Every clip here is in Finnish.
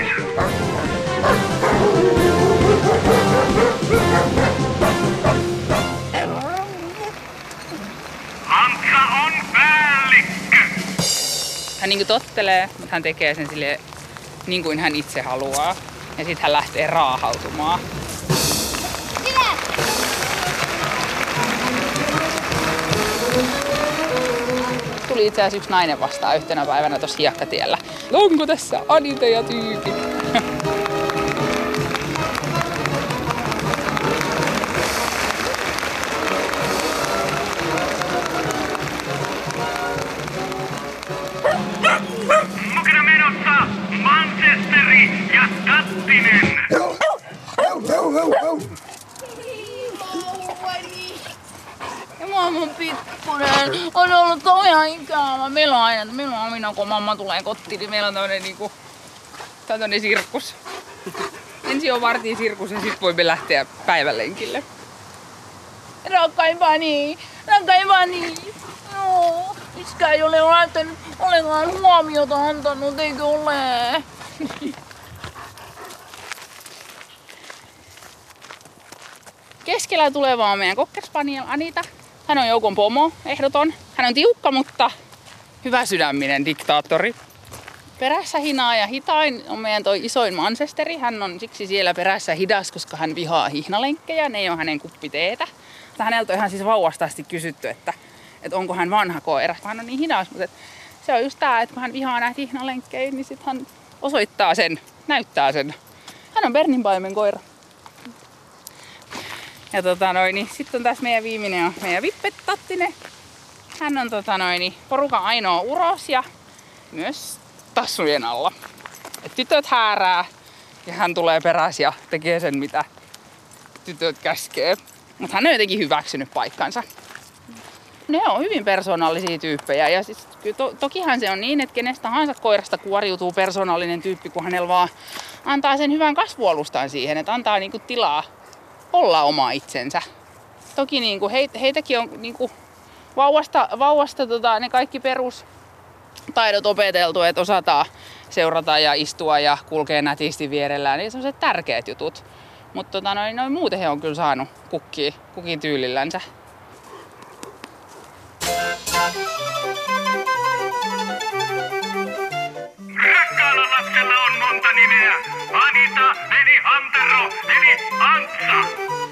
Ankka on päällikkö! Hän niinku tottelee, mutta hän tekee sen silleen niin kuin hän itse haluaa. Ja sitten hän lähtee raahautumaan. Tuli itse asiassa yksi nainen vastaan yhtenä päivänä tuossa hiekkatiellä. Onko tässä Anita ja tyypit? Mukana menossa Manchesteri ja Tattinen! Ja mamma pikkunen on ollut ihan ikävä. Meillä on aina, kun mamma tulee kotiin, niin meillä on tämmönen sirkus. Ensin on vartin sirkus ja sit voimme lähteä päivälenkille. Rakkaimani! Joo, iskä ei ole laittanut ollenkaan huomiota antanut, eikö ole? Keskellä tulevaa on meidän Cocker Spaniel Anita. Hän on joukon pomo, ehdoton. Hän on tiukka, mutta hyväsydäminen diktaattori. Perässä hinaa ja hitain on meidän toi isoin Manchesteri. Hän on siksi siellä perässä hidas, koska hän vihaa hihnalenkkejä. Ne ei ole hänen kuppiteetä. Häneltä on ihan siis vauvasta asti kysytty, että onko hän vanha koira. Hän on niin hidas, mutta se on just tää, että kun hän vihaa näitä hihnalenkkejä, niin sit hän osoittaa sen, näyttää sen. Hän on Berninpaimen koira. Ja niin sitten on tässä meidän viimeinen on meidän Vippet Tattinen. Hän on porukan ainoa uros ja myös tassujen alla. Et tytöt häärää ja hän tulee perässä ja tekee sen mitä tytöt käskee. Mutta hän on jotenkin hyväksynyt paikkansa. Ne on hyvin persoonallisia tyyppejä ja siis, tokihan se on niin, että kenestä tahansa koirasta kuoriutuu persoonallinen tyyppi, kun hänellä vaan antaa sen hyvän kasvualustan siihen, että antaa niinku tilaa olla oma itsensä. Toki niinku heitäkin on niinku vauvasta ne kaikki perustaidot opeteltu, että osataan seurata ja istua ja kulkea nätisti vierellään. Niin sellaiset tärkeät jutut. Mutta noin muuten he on kyllä saanut kukin tyylillänsä. Rakkaalla lapsella on monta nimeä. Anita, eli Antero, eli Antsa.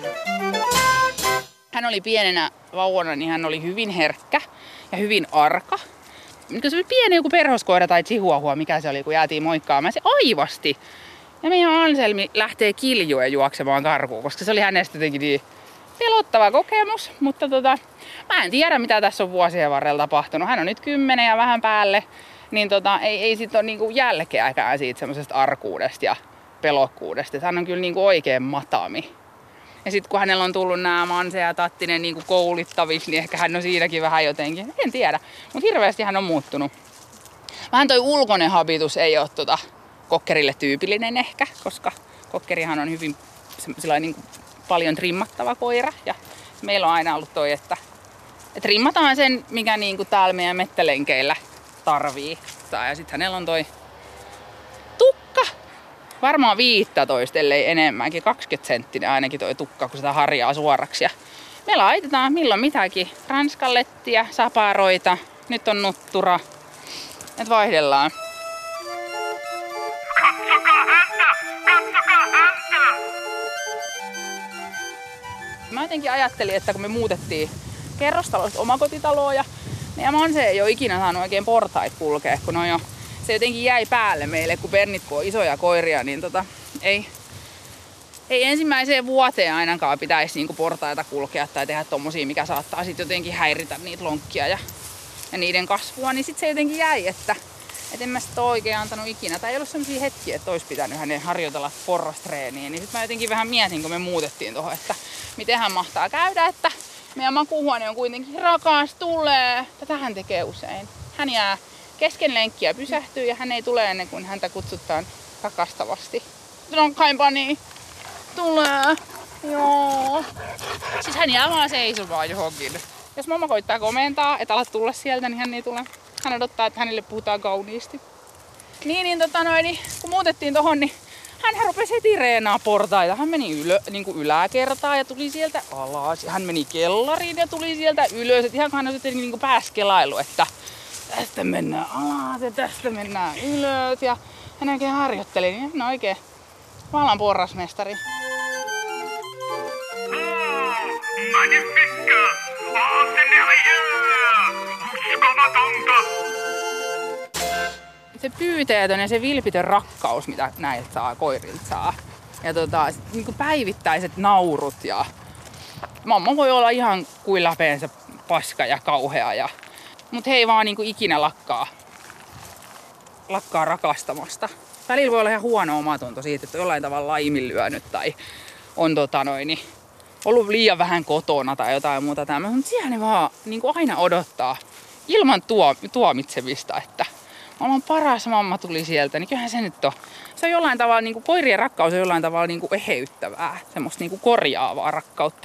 Hän oli pienenä vauvana, niin hän oli hyvin herkkä ja hyvin arka. Se oli pieni joku perhoskoira tai chihuahua, mikä se oli, kun jäätiin moikkaamaan. Se aivasti. Ja meidän Anselmi lähtee kiljuen juoksemaan karkuun, koska se oli hänestä jotenkin niin pelottava kokemus. Mutta mä en tiedä, mitä tässä on vuosien varrella tapahtunut. Hän on nyt 10 ja vähän päälle. Niin ei sit ole niinku jälkeäkään siitä semmosesta arkuudesta ja pelokkuudesta. Hän on kyllä niinku oikein matami. Ja sit kun hänellä on tullut nämä Manse ja Tattinen niinku koulittaviksi, niin ehkä hän on siinäkin vähän jotenkin. En tiedä, mutta hirveästi hän on muuttunut. Vähän toi ulkoinen habitus ei ole kokkerille tyypillinen ehkä, koska kokkerihan on hyvin niin kuin paljon trimmattava koira. Ja meillä on aina ollut toi, että trimmataan sen, mikä niin kuin täällä meidän mettälenkeillä tarvii. Ja sitten hänellä on toi tukka. Varmaan 15, ellei enemmänkin. 20 senttinen ainakin toi tukka, kun sitä harjaa suoraksi. Ja me laitetaan milloin mitäkin. Ranskallettia, saparoita. Nyt on nuttura. Et vaihdellaan. Katsokaa häntä! Katsokaa häntä! Mä jotenkin ajattelin, että kun me muutettiin kerrostalosta omakotitaloa ja meidän Manse ei ole ikinä saanut oikein portait kulkea, kun se jotenkin jäi päälle meille, kun Bernit kun on isoja koiria, niin ei ensimmäiseen vuoteen ainakaan pitäisi niinku portaita kulkea tai tehdä tommosia, mikä saattaa sitten jotenkin häiritä niitä lonkkia ja niiden kasvua, niin sitten se jotenkin jäi, että en mä sitä oikein antanut ikinä. Tai ei ollut sellaisia hetkiä, että olisi pitänyt hänen harjoitella porrastreeniä. Niin sitten mä jotenkin vähän mietin, kun me muutettiin tuohon, että miten hän mahtaa käydä, että meidän makuuhuone on kuitenkin rakas, tulee. Tätä hän tekee usein. Hän jää kesken lenkkiä, pysähtyy ja hän ei tule ennen kuin häntä kutsutaan rakastavasti. Rakkaimpani, tulee. Joo. Siis hän jää vaan seisomaan johonkin. Jos mamma koittaa komentaa, että alat tulla sieltä, niin hän ei tule. Hän odottaa, että hänelle puhutaan kauniisti. niin kun muutettiin tohon, niin hän rupesi heti reenaa portaita. Hän meni niinku yläkertaan ja tuli sieltä alas. Hän meni kellariin ja tuli sieltä ylös. Et ihan kannattaa jotenkin niinku pääskelailu, että tästä mennään alas ja tästä mennään ylös. Ja hän oikein harjoitteli, niin hän on oikein vallan porrasmestari. Magnifique! Oh, c'est merveilleux! Uskomatonta! Se pyyteetön ja se vilpitön rakkaus, mitä näiltä saa, koirilta saa. Ja niin päivittäiset naurut ja mamma voi olla ihan kuin läpeensä paska ja kauhea. Mutta he ei vaan niin ikinä lakkaa rakastamasta. Välillä voi olla ihan huono omatunto siitä, että on jollain tavalla laiminlyönyt tai on ollut liian vähän kotona tai jotain muuta tämmöistä. Mutta siellä ne vaan niin aina odottaa ilman tuomitsemista, että maailman paras mamma tuli sieltä, niin kyllähän se nyt on. Se on jollain tavalla, niin kuin koirien rakkaus on jollain tavalla niin kuin eheyttävää, semmoista niin kuin korjaavaa rakkautta.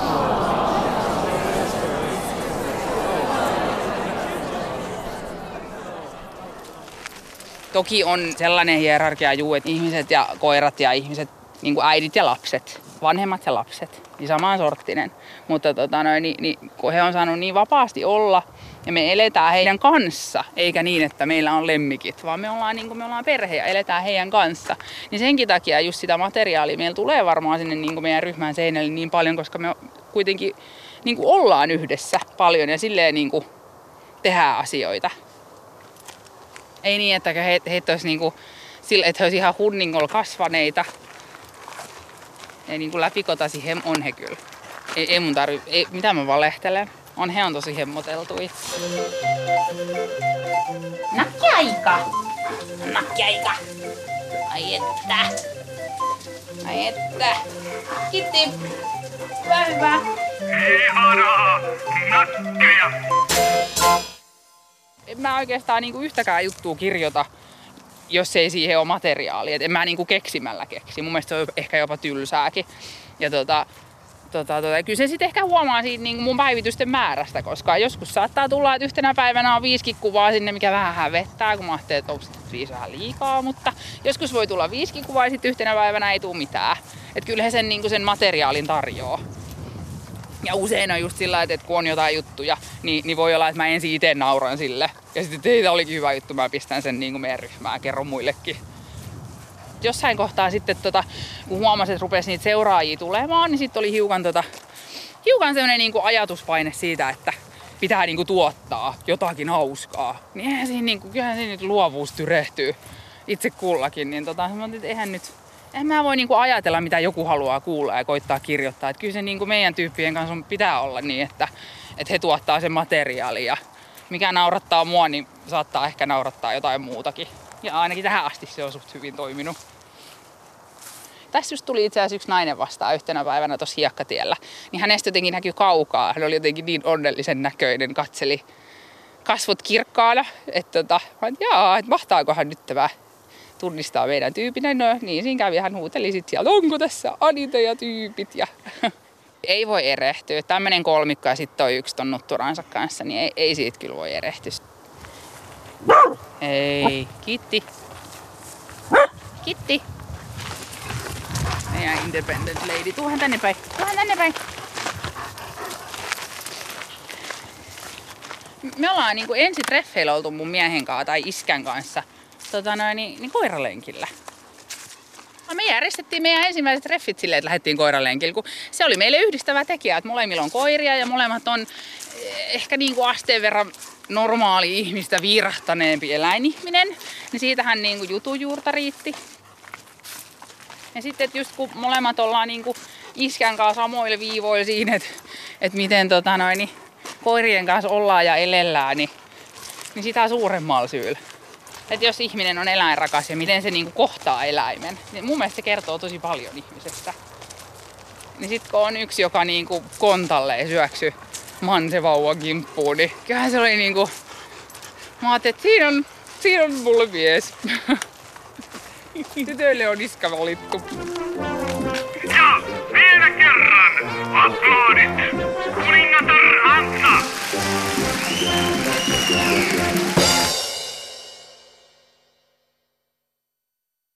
Toki on sellainen hierarkia, että ihmiset ja koirat ja ihmiset, niin kuin äidit ja lapset, vanhemmat ja lapset, niin saman sorttinen. Mutta kun he on saanut niin vapaasti olla ja me eletään heidän kanssa, eikä niin, että meillä on lemmikit, vaan me ollaan perhe ja eletään heidän kanssa. Niin senkin takia just sitä materiaalia meillä tulee varmaan sinne niin kuin meidän ryhmän seinälle niin paljon, koska me kuitenkin niin kuin ollaan yhdessä paljon ja silleen niin kuin tehdään asioita. Ei niin, että heitä olisi niin kuin, että he olisi ihan hunningolla kasvaneita. Ja niin kuin läpikotasi on he kyllä. Ei mun tarvitse, mitä mä valehtelen. He on tosi hemmoteltui. Nakkiaika! Nakkiaika! Ai että! Ai että! Kiitti! Hyvä! Ihanaa! Nakkeja! En mä oikeastaan niinku yhtäkään juttua kirjoita, jos ei siihen ole materiaalia. En mä niinku keksimällä keksi. Mun mielestä se on ehkä jopa tylsääkin. Ja kyllä se sitten ehkä huomaa siitä niin mun päivitysten määrästä, koska joskus saattaa tulla, että yhtenä päivänä on 5 kuvaa sinne, mikä vähän hävettää, kun mä ajattelin, että onko 5 vähän liikaa, mutta joskus voi tulla 5 kuvaa ja sitten yhtenä päivänä ei tule mitään. Että kyllä he sen materiaalin tarjoaa. Ja usein on just sillä, että kun on jotain juttuja, niin voi olla, että mä ensin itse nauran sille. Ja sitten teitä olikin hyvä juttu, mä pistän sen niin kuin meidän ryhmään, kerron muillekin. Jossain kohtaa sitten, kun huomasin, että rupesi niitä seuraajia tulemaan, niin sitten oli hiukan semmoinen niin kuin ajatuspaine siitä, että pitää niin kuin tuottaa jotakin hauskaa. Niin eihän siinä, kyllähän siinä nyt luovuus tyrehtyy itse kullakin. Niin eihän mä voi niin kuin ajatella, mitä joku haluaa kuulla ja koittaa kirjoittaa. Että kyllä se niin kuin meidän tyyppien kanssa pitää olla niin, että he tuottaa sen materiaalin. Ja mikä naurattaa mua, niin saattaa ehkä naurattaa jotain muutakin. Ja ainakin tähän asti se on suht hyvin toiminut. Tässä just tuli itse asiassa yksi nainen vastaan yhtenä päivänä tuossa hiekkatiellä. Niin hänestä jotenkin näkyi kaukaa. Hän oli jotenkin niin onnellisen näköinen, katseli kasvot kirkkaana. Että mahtaakohan nyt tämä tunnistaa meidän tyypinä. No niin, siinä kävi, hän huuteli sitten sieltä, onko tässä Anita ja tyypit. Ja ei voi erehtyä. Tämmöinen kolmikko ja sitten toi yksi ton nutturansa kanssa, niin ei siitä kyllä voi erehtyä. Ei, Kitti. Kitti. Meidän independent lady. Tuohan tänne päin. Me ollaan niin ensi treffeillä oltu mun miehen kanssa tai iskän kanssa koiralenkillä. Me järjestettiin meidän ensimmäiset treffit silleen, että lähdettiin koiralenkillä, kun se oli meille yhdistävä tekijä, että molemmilla on koiria ja molemmat on ehkä niin kuin asteen verran normaali ihmistä viirahtaneempi eläinihminen, niin siitähän niin kuin jutujuurta riitti. Ja sitten, että just kun molemmat ollaan niin kuin iskän kanssa samoilla viivoilla siinä, että miten koirien kanssa ollaan ja elellään, niin sitä suuremmalla syyllä. Että jos ihminen on eläinrakas ja miten se niin kuin kohtaa eläimen, niin mun mielestä se kertoo tosi paljon ihmisestä. Niin sit kun on yksi, joka niin kuin kontalleen syöksy mansevauvan kimppuun, niin kyllähän se oli niinku... Mä ajattelin, että siinä on mulle mies. Tytöille on iska valittu.